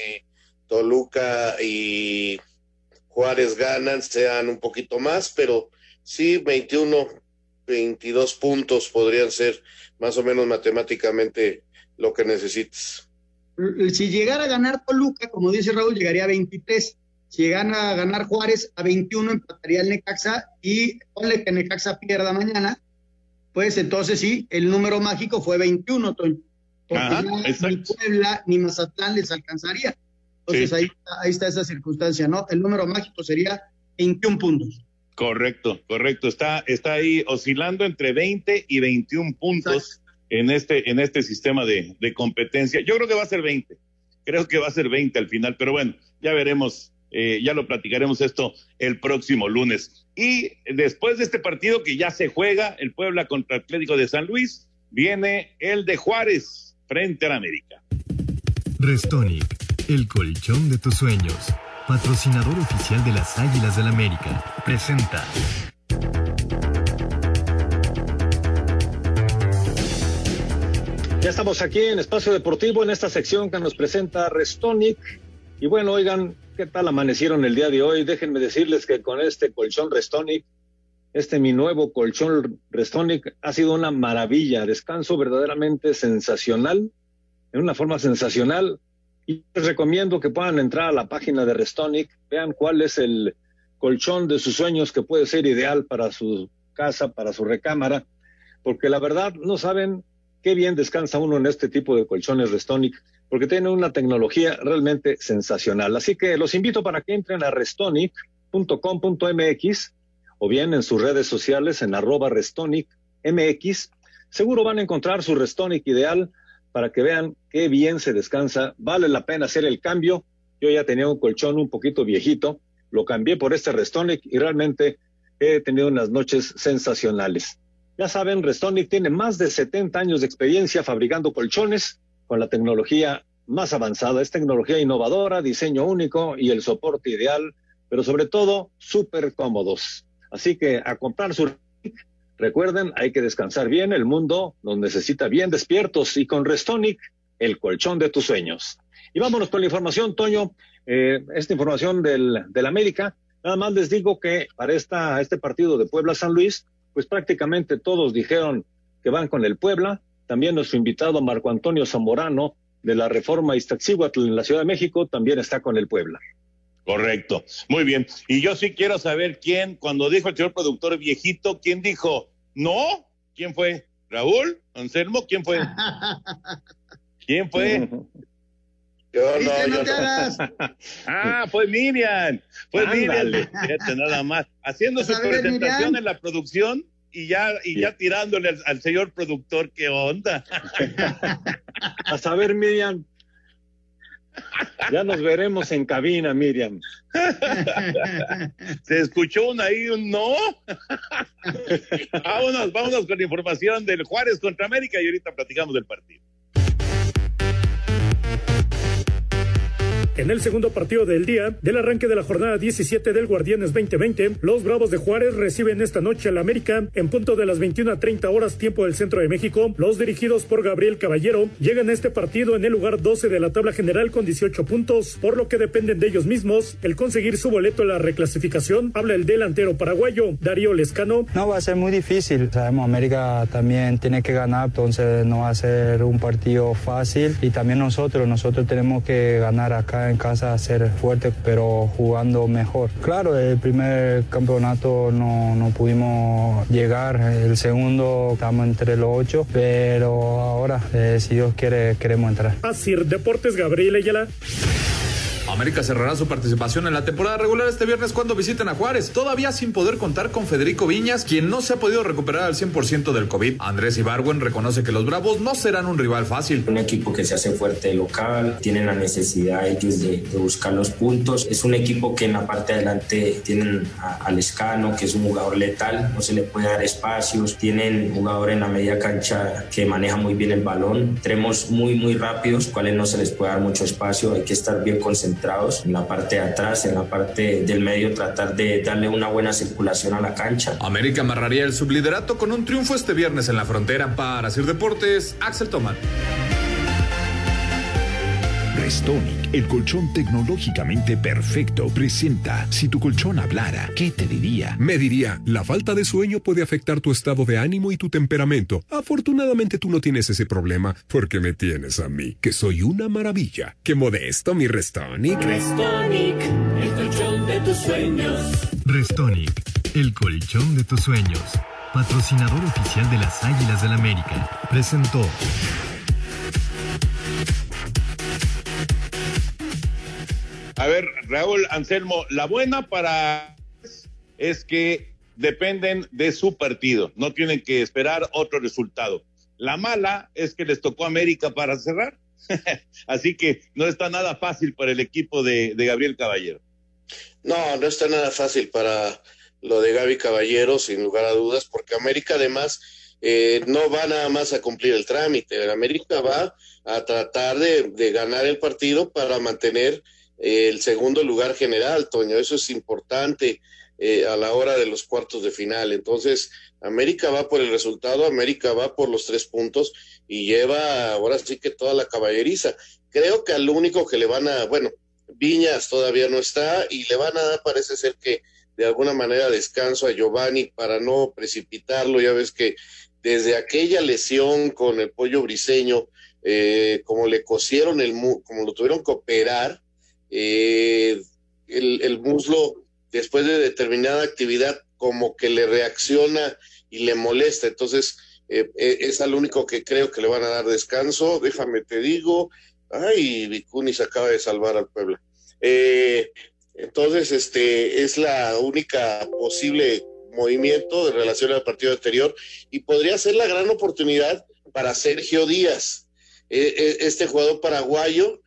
Toluca y Juárez ganan, sean un poquito más, pero sí, veintiuno, veintidós puntos podrían ser más o menos matemáticamente lo que necesites.
Si llegara a ganar Toluca, como dice Raúl, llegaría a veintitrés. Si llegara a ganar Juárez a veintiuno, empataría el Necaxa y ponle que Necaxa pierda mañana, pues entonces sí, el número mágico fue veintiuno, Toño. Porque Ajá, ya ni Puebla ni Mazatlán les alcanzaría. Entonces sí. ahí, ahí está esa circunstancia, ¿no? El número mágico sería veintiún puntos.
Correcto, correcto. Está, está ahí oscilando entre veinte y veintiún puntos en este, en este sistema de, de competencia. Yo creo que va a ser veinte. Creo que va a ser veinte al final, pero bueno, ya veremos. Eh, ya lo platicaremos esto el próximo lunes. Y después de este partido que ya se juega, el Puebla contra Atlético de San Luis, viene el de Juárez frente al América.
Restonic, el colchón de tus sueños, patrocinador oficial de las Águilas del América, presenta.
Ya estamos aquí en Espacio Deportivo, en esta sección que nos presenta Restonic. Y bueno, oigan, ¿qué tal amanecieron el día de hoy? Déjenme decirles que con este colchón Restonic, este mi nuevo colchón Restonic, ha sido una maravilla, descanso verdaderamente sensacional, en una forma sensacional, y les recomiendo que puedan entrar a la página de Restonic, vean cuál es el colchón de sus sueños que puede ser ideal para su casa, para su recámara, porque la verdad no saben qué bien descansa uno en este tipo de colchones Restonic, porque tiene una tecnología realmente sensacional. Así que los invito para que entren a restonic punto com punto m x o bien en sus redes sociales en arroba Restonic M X. Seguro van a encontrar su Restonic ideal para que vean qué bien se descansa. Vale la pena hacer el cambio. Yo ya tenía un colchón un poquito viejito, lo cambié por este Restonic y realmente he tenido unas noches sensacionales. Ya saben, Restonic tiene más de setenta años de experiencia fabricando colchones con la tecnología más avanzada. Es tecnología innovadora, diseño único y el soporte ideal, pero sobre todo súper cómodos. Así que a comprar su... Recuerden, hay que descansar bien, el mundo nos necesita bien despiertos y con Restonic, el colchón de tus sueños. Y vámonos con la información, Toño, eh, esta información del, del América. Nada más les digo que para esta, este partido de Puebla-San Luis, pues prácticamente todos dijeron que van con el Puebla. También nuestro invitado Marco Antonio Zamorano de la Reforma Iztaccíhuatl en la Ciudad de México también está con el Puebla.
Correcto, muy bien. Y yo sí quiero saber quién, cuando dijo el señor productor viejito, ¿quién dijo no? ¿Quién fue? ¿Raúl? ¿Anselmo? ¿Quién fue? ¿Quién fue?
Yo no,
no
yo
te hagas.
Ah, fue Miriam. Fue Miriam. Fíjate, nada más. Haciendo su presentación en la producción y ya, y ya tirándole al, al señor productor, ¿qué onda?
A saber, Miriam. Ya nos veremos en cabina, Miriam.
Se escuchó un ahí un no. vámonos, vámonos con la información del Juárez contra América y ahorita platicamos del partido.
En el segundo partido del día, del arranque de la jornada diecisiete del Guardianes veinte veinte, los Bravos de Juárez reciben esta noche al América en punto de las veintiuna treinta horas tiempo del centro de México. Los dirigidos por Gabriel Caballero llegan a este partido en el lugar doce de la tabla general con dieciocho puntos, por lo que dependen de ellos mismos el conseguir su boleto en la reclasificación. Habla el delantero paraguayo Darío Lescano.
No va a ser muy difícil, sabemos América también tiene que ganar, entonces no va a ser un partido fácil y también nosotros, nosotros tenemos que ganar acá en casa, ser fuerte pero jugando mejor. Claro, el primer campeonato no, no pudimos llegar, el segundo estamos entre los ocho, pero ahora eh, si Dios quiere queremos entrar.
Así Deportes, Gabriel Ayala.
América cerrará su participación en la temporada regular este viernes cuando visiten a Juárez, todavía sin poder contar con Federico Viñas, quien no se ha podido recuperar al cien por ciento del COVID. Andrés Ibargüen reconoce que los Bravos no serán un rival fácil.
Un equipo que se hace fuerte local, tienen la necesidad ellos de, de buscar los puntos. Es un equipo que en la parte de adelante tienen a, a Lescano, que es un jugador letal, no se le puede dar espacios. Tienen jugador en la media cancha que maneja muy bien el balón. Tenemos muy, muy rápidos, cuales no se les puede dar mucho espacio. Hay que estar bien concentrados en la parte de atrás, en la parte del medio, tratar de darle una buena circulación a la cancha.
América amarraría el subliderato con un triunfo este viernes en la frontera. Para Sir Deportes, Axel Tomán.
Restonic, el colchón tecnológicamente perfecto, presenta Si tu colchón hablara, ¿qué te diría?
Me diría, la falta de sueño puede afectar tu estado de ánimo y tu temperamento. Afortunadamente tú no tienes ese problema, porque me tienes a mí, que soy una maravilla. ¡Qué modesto, mi Restonic!
Restonic, el colchón de tus sueños.
Restonic, el colchón de tus sueños. Patrocinador oficial de las Águilas del América. Presentó...
A ver, Raúl, Anselmo, la buena para es que dependen de su partido, no tienen que esperar otro resultado. La mala es que les tocó América para cerrar, así que no está nada fácil para el equipo de, de Gabriel Caballero.
No, no está nada fácil para lo de Gaby Caballero, sin lugar a dudas, porque América además eh, no va nada más a cumplir el trámite, América va a tratar de, de ganar el partido para mantener el segundo lugar general, Toño, eso es importante eh, a la hora de los cuartos de final. Entonces América va por el resultado, América va por los tres puntos y lleva ahora sí que toda la caballeriza. Creo que al único que le van a, bueno, Viñas todavía no está y le van a dar, parece ser que de alguna manera descanso a Giovanni para no precipitarlo. Ya ves que desde aquella lesión con el Pollo Briseño, eh, como le cosieron el mu- como lo tuvieron que operar, eh, el, el muslo después de determinada actividad como que le reacciona y le molesta. Entonces eh, eh, es al único que creo que le van a dar descanso. Déjame te digo, ay, Vicuni se acaba de salvar al Puebla. Eh, entonces, este es la única posible movimiento de relación al partido anterior y podría ser la gran oportunidad para Sergio Díaz, eh, eh, este jugador paraguayo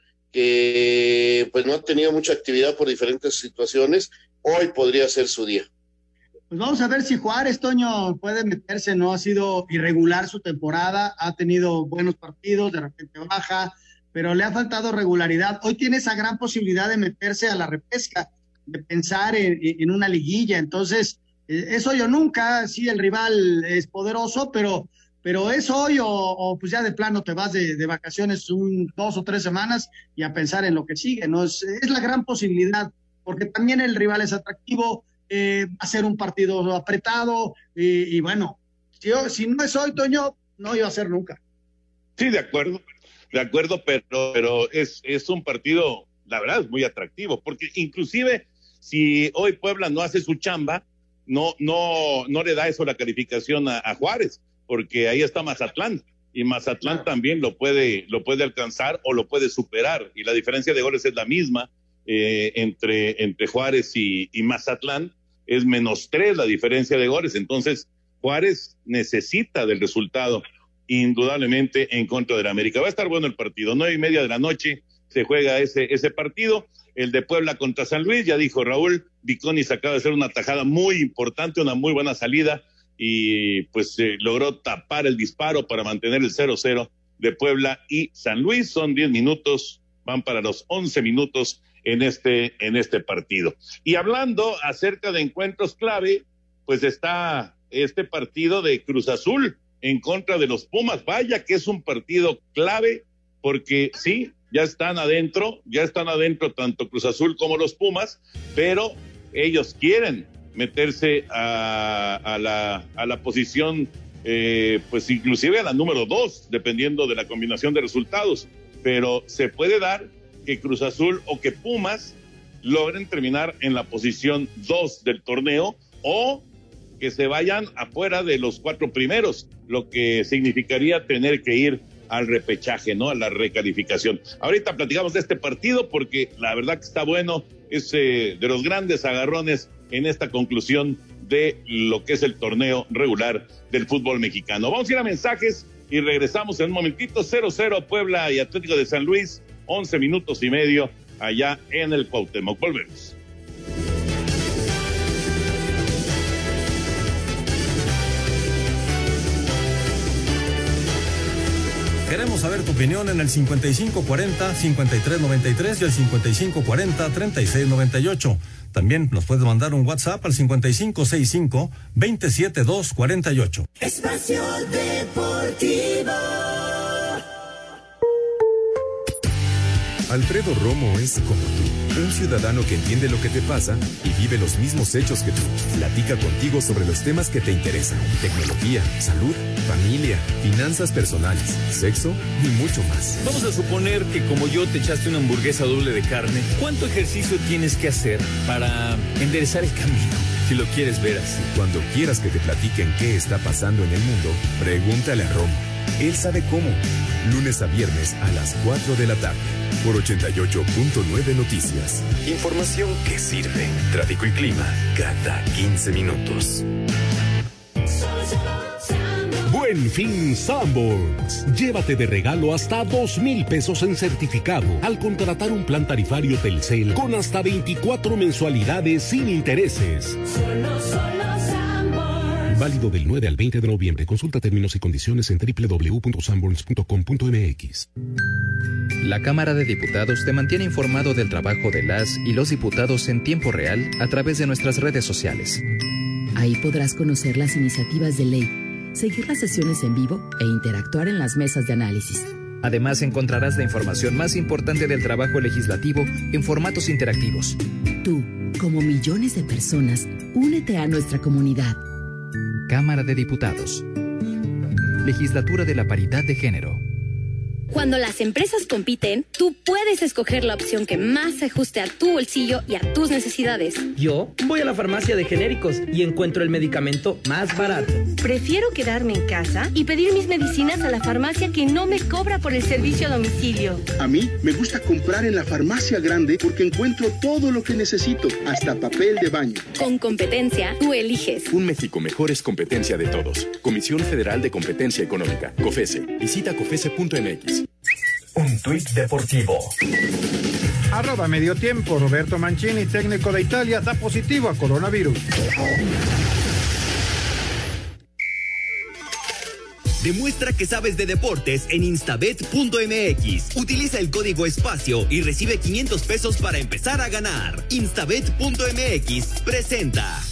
que pues no ha tenido mucha actividad por diferentes situaciones. Hoy podría ser su día.
Pues vamos a ver si Juárez, Toño, puede meterse. No ha sido irregular su temporada, ha tenido buenos partidos, de repente baja, pero le ha faltado regularidad. Hoy tiene esa gran posibilidad de meterse a la repesca, de pensar en, en una liguilla. Entonces, es hoy o nunca. Sí, el rival es poderoso, pero, pero es hoy o, o pues ya de plano te vas de, de vacaciones un, dos o tres semanas y a pensar en lo que sigue, ¿no? Es, es la gran posibilidad, porque también el rival es atractivo, eh, va a ser un partido apretado y, y bueno, si, si no es hoy, Toño, no iba a ser nunca.
Sí, de acuerdo. De acuerdo, pero, pero es, es un partido, la verdad, es muy atractivo, porque inclusive si hoy Puebla no hace su chamba, no, no, no le da eso la calificación a, a Juárez, porque ahí está Mazatlán, y Mazatlán también lo puede, lo puede alcanzar o lo puede superar, y la diferencia de goles es la misma eh, entre, entre Juárez y, y Mazatlán, es menos tres la diferencia de goles. Entonces Juárez necesita del resultado indudablemente en contra del América. Va a estar bueno el partido, nueve y media de la noche se juega ese, ese partido, el de Puebla contra San Luis. Ya dijo Raúl, Viconi se acaba de hacer una tajada muy importante, una muy buena salida, y pues eh, logró tapar el disparo para mantener el cero cero de Puebla y San Luis. Son diez minutos, van para los once minutos en este, en este partido. Y hablando acerca de encuentros clave, pues está este partido de Cruz Azul en contra de los Pumas. Vaya que es un partido clave, porque sí, ya están adentro, ya están adentro tanto Cruz Azul como los Pumas, pero ellos quieren meterse a, a, la, a la posición, eh, pues inclusive a la número dos, dependiendo de la combinación de resultados, pero se puede dar que Cruz Azul o que Pumas logren terminar en la posición dos del torneo, o que se vayan afuera de los cuatro primeros, lo que significaría tener que ir al repechaje, ¿no? A la recalificación. Ahorita platicamos de este partido porque la verdad que está bueno, es eh, de los grandes agarrones en esta conclusión de lo que es el torneo regular del fútbol mexicano. Vamos a ir a mensajes y regresamos en un momentito. cero cero Puebla y Atlético de San Luis, once minutos y medio allá en el Cuauhtémoc. Volvemos.
Queremos saber tu opinión en el cincuenta y cinco cuarenta, cincuenta y tres noventa y tres y el cincuenta y cinco cuarenta, treinta y seis noventa y ocho. También nos puedes mandar un WhatsApp al cincuenta y cinco sesenta y cinco, veintisiete dos cuarenta y ocho.
Espacio Deportivo.
Alfredo Romo es como tú, un ciudadano que entiende lo que te pasa y vive los mismos hechos que tú. Platica contigo sobre los temas que te interesan: tecnología, salud, familia, finanzas personales, sexo y mucho más.
Vamos a suponer que como yo te echaste una hamburguesa doble de carne. ¿Cuánto ejercicio tienes que hacer para enderezar el camino? Si lo quieres ver así.
Cuando quieras que te platiquen qué está pasando en el mundo, pregúntale a Romo. Él sabe cómo. Lunes a viernes a las cuatro de la tarde. Por ochenta y ocho punto nueve Noticias. Información que sirve. Tráfico y clima cada quince minutos.
Buen Fin Sanborns. Llévate de regalo hasta dos mil pesos en certificado al contratar un plan tarifario Telcel con hasta veinticuatro mensualidades sin intereses.
Solo, solo Sanborns.
Válido del nueve al veinte de noviembre. Consulta términos y condiciones en doble u doble u doble u punto sanborns punto com punto m x.
La Cámara de Diputados te mantiene informado del trabajo de las y los diputados en tiempo real a través de nuestras redes sociales.
Ahí podrás conocer las iniciativas de ley, seguir las sesiones en vivo e interactuar en las mesas de análisis.
Además, encontrarás la información más importante del trabajo legislativo en formatos interactivos.
Tú, como millones de personas, únete a nuestra comunidad.
Cámara de Diputados. Legislatura de la Paridad de Género.
Cuando las empresas compiten, tú puedes escoger la opción que más se ajuste a tu bolsillo y a tus necesidades.
Yo voy a la farmacia de genéricos y encuentro el medicamento más barato.
Prefiero quedarme en casa y pedir mis medicinas a la farmacia que no me cobra por el servicio a domicilio.
A mí me gusta comprar en la farmacia grande porque encuentro todo lo que necesito, hasta papel de baño.
Con competencia, tú eliges.
Un México mejor es competencia de todos. Comisión Federal de Competencia Económica, COFESE. Visita cofese punto m x.
Un tuit deportivo.
Arroba medio tiempo. Roberto Mancini, técnico de Italia, da positivo a coronavirus.
Demuestra que sabes de deportes en instabet punto m x. Utiliza el código espacio y recibe quinientos pesos para empezar a ganar. instabet punto m x presenta.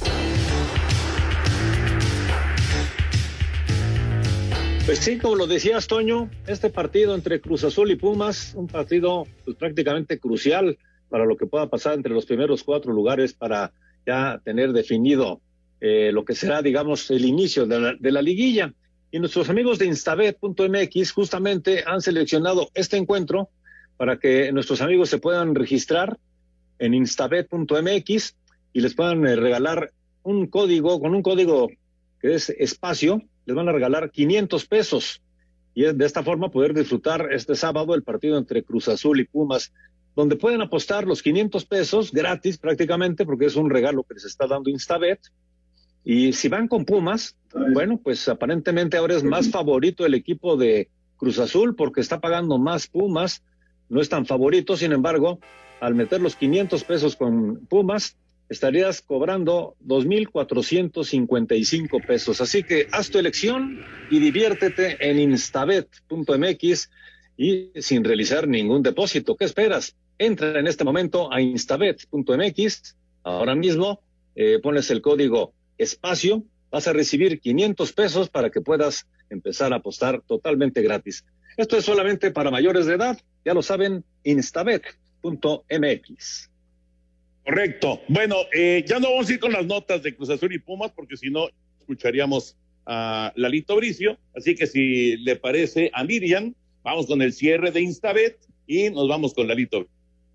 Pues sí, como lo decías, Toño, este partido entre Cruz Azul y Pumas, un partido pues, prácticamente crucial para lo que pueda pasar entre los primeros cuatro lugares para ya tener definido eh, lo que será, digamos, el inicio de la, de la liguilla. Y nuestros amigos de instabet punto m x justamente han seleccionado este encuentro para que nuestros amigos se puedan registrar en instabet punto m x y les puedan eh, regalar un código, con un código que es espacio, les van a regalar quinientos pesos y de esta forma poder disfrutar este sábado el partido entre Cruz Azul y Pumas, donde pueden apostar los quinientos pesos gratis prácticamente porque es un regalo que les está dando Instabet. Y si van con Pumas, bueno, pues aparentemente ahora es más favorito el equipo de Cruz Azul porque está pagando más Pumas, no es tan favorito, sin embargo, al meter los quinientos pesos con Pumas, estarías cobrando dos mil cuatrocientos cincuenta y cinco pesos. Así que haz tu elección y diviértete en instabet punto m x y sin realizar ningún depósito. ¿Qué esperas? Entra en este momento a instabet punto m x. Ahora mismo eh, pones el código espacio. Vas a recibir quinientos pesos para que puedas empezar a apostar totalmente gratis. Esto es solamente para mayores de edad. Ya lo saben, instabet punto m x.
Correcto. Bueno, eh, ya no vamos a ir con las notas de Cruz Azul y Pumas porque si no escucharíamos a Lalito Bricio. Así que si le parece a Miriam, vamos con el cierre de Instabet y nos vamos con Lalito.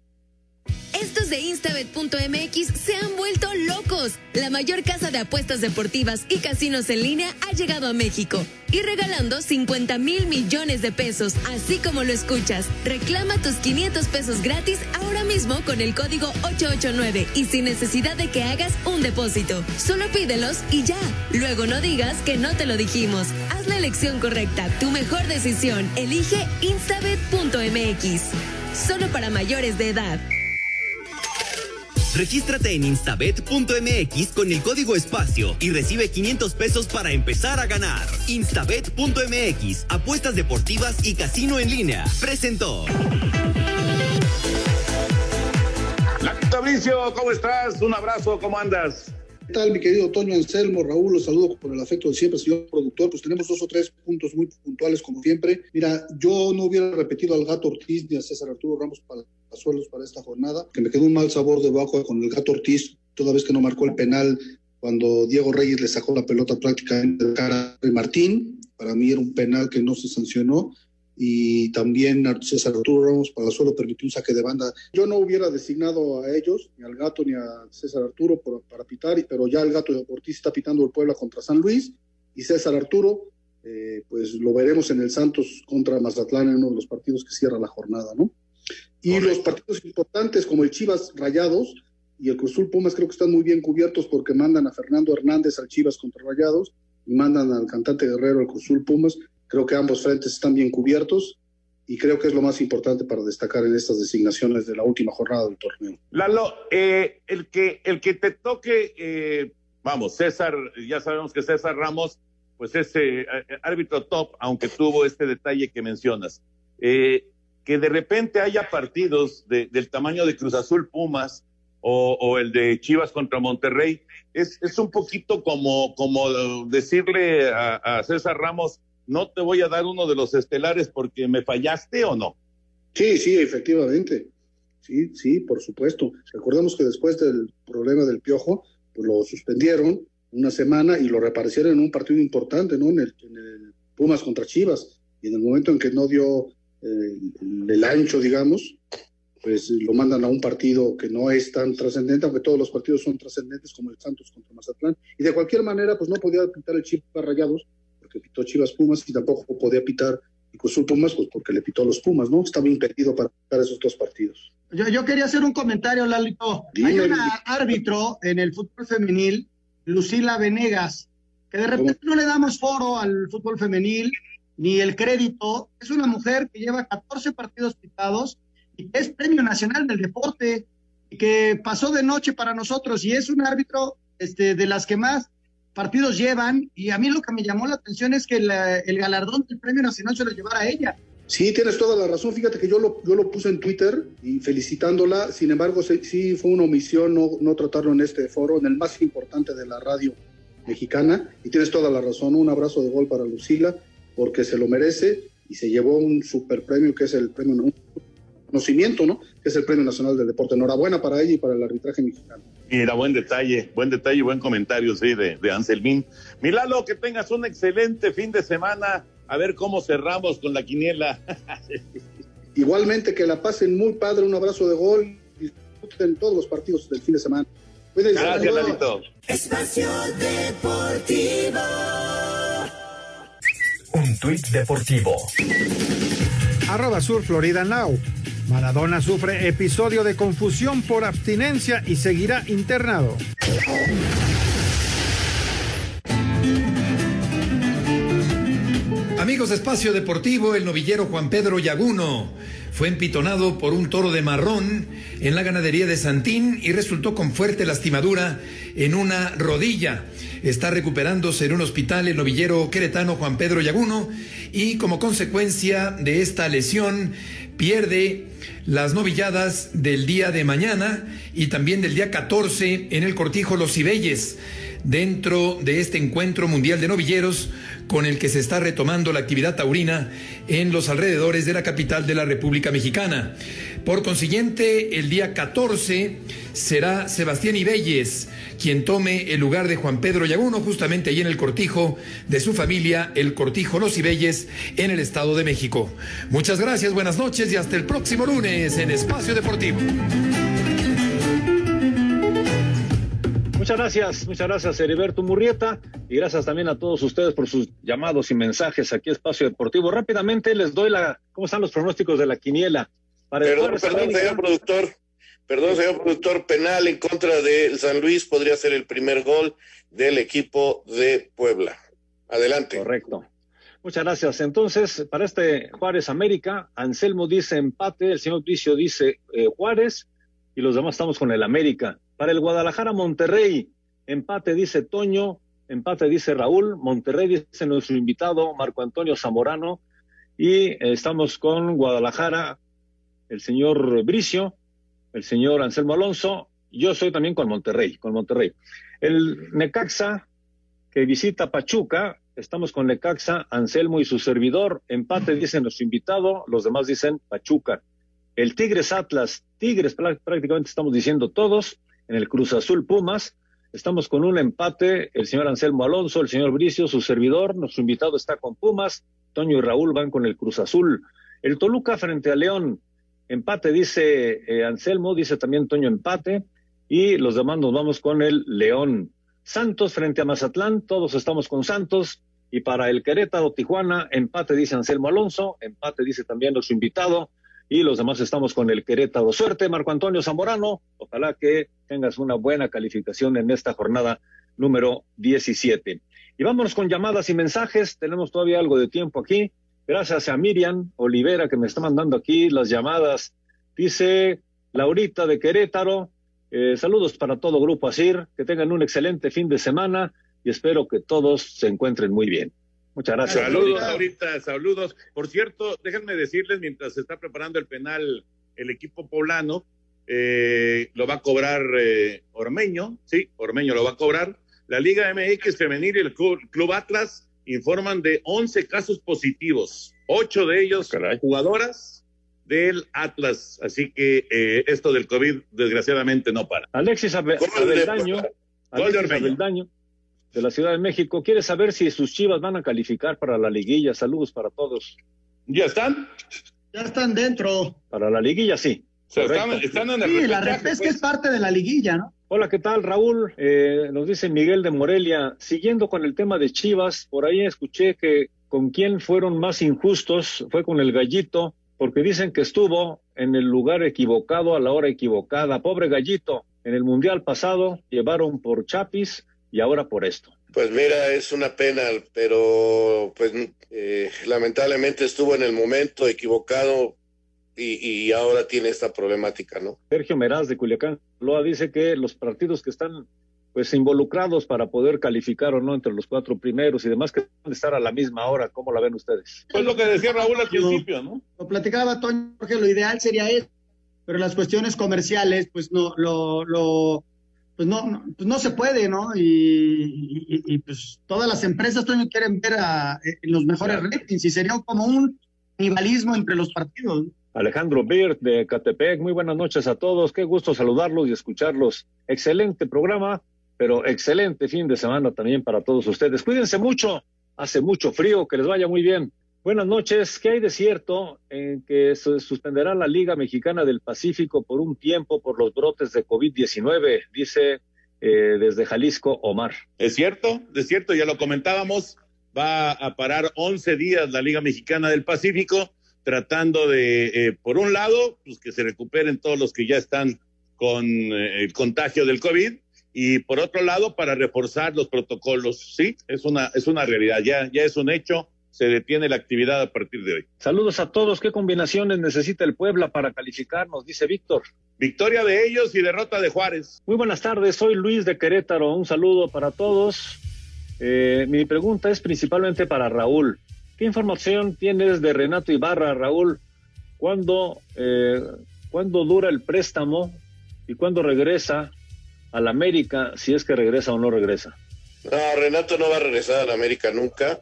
Estos de instabet punto m x se han vuelto locos. La mayor casa de apuestas deportivas y casinos en línea ha llegado a México y regalando cincuenta mil millones de pesos, así como lo escuchas. Reclama tus quinientos pesos gratis ahora mismo con el código ocho ocho nueve y sin necesidad de que hagas un depósito. Solo pídelos y ya. Luego no digas que no te lo dijimos. Haz la elección correcta, tu mejor decisión. Elige instabet punto m x. Solo para mayores de edad.
Regístrate en instabet punto m x con el código espacio y recibe quinientos pesos para empezar a ganar. instabet punto m x, apuestas deportivas y casino en línea. Presentó.
Lalito Bricio, ¿cómo estás? Un abrazo, ¿cómo andas?
¿Qué tal, mi querido Toño, Anselmo, Raúl? Los saludo con el afecto de siempre, señor productor. Pues tenemos dos o tres puntos muy puntuales, como siempre. Mira, yo no hubiera repetido al Gato Ortiz ni a César Arturo Ramos Palazuelos para esta jornada, que me quedó un mal sabor de boca con el Gato Ortiz, toda vez que no marcó el penal cuando Diego Reyes le sacó la pelota prácticamente de cara a Martín. Para mí era un penal que no se sancionó. Y también César Arturo Ramos Palazuelos permitió un saque de banda. Yo no hubiera designado a ellos, ni al Gato ni a César Arturo por, para pitar, pero ya el Gato de Ortiz está pitando el Puebla contra San Luis, y César Arturo, eh, pues lo veremos en el Santos contra Mazatlán en uno de los partidos que cierra la jornada, ¿no? Y Correcto. Los partidos importantes como el Chivas Rayados y el Cruz Azul Pumas creo que están muy bien cubiertos porque mandan a Fernando Hernández al Chivas contra Rayados y mandan al cantante Guerrero al Cruz Azul Pumas. Creo que ambos frentes están bien cubiertos y creo que es lo más importante para destacar en estas designaciones de la última jornada del torneo.
Lalo, eh, el que el que te toque, eh, vamos, César, ya sabemos que César Ramos, pues es eh, árbitro top, aunque tuvo este detalle que mencionas. Eh, que de repente haya partidos de, del tamaño de Cruz Azul Pumas o, o el de Chivas contra Monterrey, es, es un poquito como, como decirle a, a César Ramos, no te voy a dar uno de los estelares porque me fallaste o no.
Sí, sí, efectivamente. Sí, sí, por supuesto. Recordemos que después del problema del Piojo, pues lo suspendieron una semana y lo reaparecieron en un partido importante, ¿no? En el, en el Pumas contra Chivas. Y en el momento en que no dio eh, el, el ancho, digamos, pues lo mandan a un partido que no es tan trascendente, aunque todos los partidos son trascendentes, como el Santos contra Mazatlán. Y de cualquier manera, pues no podía pitar el Chivas Rayados, porque pitó Chivas Pumas, y tampoco podía pitar y Cruz Azul Pumas, pues porque le pitó a los Pumas, ¿no? Estaba impedido para pitar esos dos partidos.
Yo, yo quería hacer un comentario, Lalito. Dime. Hay una árbitro en el fútbol femenil, Lucila Venegas, que de repente ¿Cómo? No le damos foro al fútbol femenil, ni el crédito. Es una mujer que lleva catorce partidos pitados, y que es Premio Nacional del Deporte, y que pasó de noche para nosotros, y es un árbitro este, de las que más partidos llevan, y a mí lo que me llamó la atención es que la, el galardón del Premio Nacional se lo llevara a ella.
Sí, tienes toda la razón, fíjate que yo lo, yo lo puse en Twitter, y felicitándola, sin embargo, sí, sí fue una omisión no, no tratarlo en este foro, en el más importante de la radio mexicana, y tienes toda la razón, un abrazo de gol para Lucila, porque se lo merece, y se llevó un super premio que es el premio, un conocimiento, ¿no? Que es el Premio Nacional del Deporte. Enhorabuena para ella y para el arbitraje mexicano.
Mira, buen detalle, buen detalle, buen comentario, sí, de, de Anselmín. Milalo, que tengas un excelente fin de semana, a ver cómo cerramos con la quiniela.
Igualmente, que la pasen muy padre, un abrazo de gol, disfruten todos los partidos del fin de semana. Cuídense.
Gracias, Lalito.
Espacio Deportivo.
Un tuit deportivo.
Arroba Sur Florida Now. Maradona sufre episodio de confusión por abstinencia y seguirá internado.
Amigos de Espacio Deportivo, el novillero Juan Pedro Yaguno fue empitonado por un toro de marrón en la ganadería de Santín y resultó con fuerte lastimadura en una rodilla. Está recuperándose en un hospital el novillero queretano Juan Pedro Yaguno y como consecuencia de esta lesión pierde las novilladas del día de mañana y también del día catorce en el Cortijo Los Cibeyes, dentro de este encuentro mundial de novilleros con el que se está retomando la actividad taurina en los alrededores de la capital de la República Mexicana. Por consiguiente, el día catorce será Sebastián Ibelles quien tome el lugar de Juan Pedro Yaguno, justamente allí en el cortijo de su familia, el Cortijo Los Cibeyes, en el Estado de México. Muchas gracias, buenas noches y hasta el próximo lunes en Espacio Deportivo.
Muchas gracias, muchas gracias Heriberto Murrieta y gracias también a todos ustedes por sus llamados y mensajes aquí a Espacio Deportivo. Rápidamente les doy la, ¿cómo están los pronósticos de la quiniela? Para
perdón, perdón, América. señor productor, perdón, señor productor, penal en contra de San Luis podría ser el primer gol del equipo de Puebla. Adelante.
Correcto. Muchas gracias. Entonces, para este Juárez América, Anselmo dice empate, el señor Bricio dice eh, Juárez y los demás estamos con el América. Para el Guadalajara Monterrey, empate dice Toño, empate dice Raúl, Monterrey dice nuestro invitado Marco Antonio Zamorano y eh, estamos con Guadalajara, el señor Bricio, el señor Anselmo Alonso, yo soy también con Monterrey, con Monterrey. El Necaxa que visita Pachuca, estamos con Necaxa, Anselmo y su servidor, empate dice nuestro invitado, los demás dicen Pachuca. El Tigres Atlas, Tigres prácticamente estamos diciendo todos. En el Cruz Azul Pumas, estamos con un empate, el señor Anselmo Alonso, el señor Bricio, su servidor, nuestro invitado está con Pumas, Toño y Raúl van con el Cruz Azul. El Toluca frente a León, empate dice eh, Anselmo, dice también Toño empate, y los demás nos vamos con el León. Santos frente a Mazatlán, todos estamos con Santos, y para el Querétaro Tijuana, empate dice Anselmo Alonso, empate dice también nuestro invitado, y los demás estamos con el Querétaro. Suerte, Marco Antonio Zamorano, ojalá que tengas una buena calificación en esta jornada número diecisiete. Y vámonos con llamadas y mensajes, tenemos todavía algo de tiempo aquí, gracias a Miriam Olivera que me está mandando aquí las llamadas. Dice Laurita de Querétaro, eh, saludos para todo Grupo Asir, que tengan un excelente fin de semana y espero que todos se encuentren muy bien. Muchas gracias.
Saludos, ahorita, saludos. Por cierto, déjenme decirles, mientras se está preparando el penal, el equipo poblano, eh, lo va a cobrar eh, Ormeño, sí, Ormeño lo va a cobrar. La Liga M X Femenil y el Club, Club Atlas informan de once casos positivos, ocho de ellos Caray. jugadoras del Atlas, así que eh, esto del COVID desgraciadamente no para.
Alexis Abe- Abeldaño, Alexis Abeldaño de la Ciudad de México quiere saber si sus Chivas van a calificar para la liguilla. Saludos para todos.
¿Ya están?
Ya están dentro.
Para la liguilla, sí.
O sea, están, están en el
sí, la repesca pues. Es parte de la liguilla, ¿no?
Hola, ¿qué tal, Raúl? Eh, nos dice Miguel de Morelia, siguiendo con el tema de Chivas, por ahí escuché que con quién fueron más injustos, fue con el Gallito, porque dicen que estuvo en el lugar equivocado a la hora equivocada. Pobre Gallito, en el Mundial pasado llevaron por Chapis y ahora por esto.
Pues mira, es una pena, pero pues eh, lamentablemente estuvo en el momento equivocado y, y ahora tiene esta problemática, ¿no?
Sergio Meraz de Culiacán Loa dice que los partidos que están pues involucrados para poder calificar o no entre los cuatro primeros y demás que van a estar a la misma hora. ¿Cómo la ven ustedes?
Pues lo que decía Raúl al principio, ¿no?
Lo platicaba Toño, porque lo ideal sería eso, pero las cuestiones comerciales pues no lo... lo pues no, no, pues no se puede, ¿no? Y, y, y pues todas las empresas Toño, quieren ver a, en los mejores claro. ratings y sería como un rivalismo entre los partidos, ¿no?
Alejandro Bird de Catepec, muy buenas noches a todos, qué gusto saludarlos y escucharlos. Excelente programa, pero excelente fin de semana también para todos ustedes. Cuídense mucho, hace mucho frío, que les vaya muy bien. Buenas noches, ¿qué hay de cierto en que se suspenderá la Liga Mexicana del Pacífico por un tiempo por los brotes de COVID diecinueve? Dice eh, desde Jalisco Omar.
Es cierto, es cierto, ya lo comentábamos, va a parar once días la Liga Mexicana del Pacífico, tratando de, eh, por un lado, pues que se recuperen todos los que ya están con eh, el contagio del COVID, y por otro lado, para reforzar los protocolos, ¿sí? Es una, es una realidad, ya, ya es un hecho, se detiene la actividad a partir de hoy.
Saludos a todos, ¿qué combinaciones necesita el Puebla para calificar? Nos dice Víctor.
Victoria de ellos y derrota de Juárez.
Muy buenas tardes, soy Luis de Querétaro, un saludo para todos. Eh, mi pregunta es principalmente para Raúl. ¿Qué información tienes de Renato Ibarra, Raúl? ¿Cuándo, eh, ¿cuándo dura el préstamo y cuándo regresa al América, si es que regresa o no regresa?
No, Renato no va a regresar al América nunca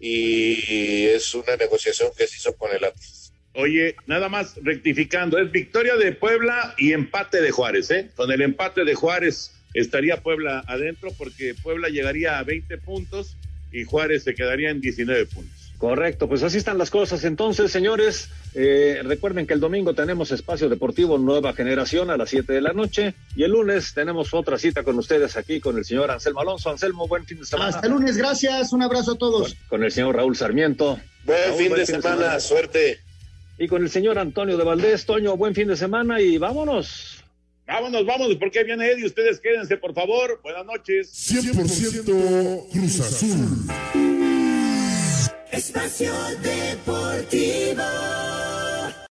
y es una negociación que se hizo con el Atlas.
Oye, nada más rectificando, es victoria de Puebla y empate de Juárez, ¿eh? Con el empate de Juárez estaría Puebla adentro porque Puebla llegaría a veinte puntos y Juárez se quedaría en diecinueve puntos.
Correcto, pues así están las cosas. Entonces, señores, eh, recuerden que el domingo tenemos Espacio Deportivo Nueva Generación a las siete de la noche y el lunes tenemos otra cita con ustedes aquí con el señor Anselmo Alonso. Anselmo, buen fin de semana.
Hasta el lunes, gracias, un abrazo a todos.
Con, con el señor Raúl Sarmiento.
Buen,
Raúl,
fin,
buen
de fin de semana, semana, suerte.
Y con el señor Antonio de Valdés. Toño, buen fin de semana y vámonos.
Vámonos, vámonos, porque viene Eddie, ustedes quédense, por favor. Buenas noches.
cien por ciento Cruz Azul.
Espacio Deportivo.